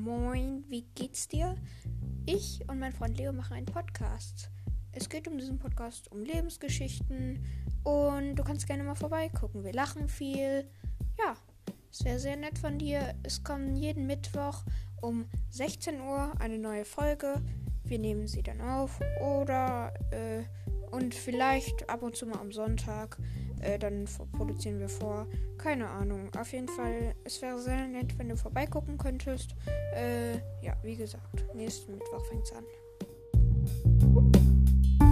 Moin, wie geht's dir? Ich und mein Freund Leo machen einen Podcast. Es geht um diesen Podcast um Lebensgeschichten und du kannst gerne mal vorbeigucken. Wir lachen viel. Ja, es wäre sehr nett von dir. Es kommt jeden Mittwoch um 16 Uhr eine neue Folge. Wir nehmen sie dann auf und vielleicht ab und zu mal am Sonntag. Dann produzieren wir vor. Keine Ahnung. Auf jeden Fall, es wäre sehr nett, wenn du vorbeigucken könntest. Ja, wie gesagt, nächsten Mittwoch fängt's an.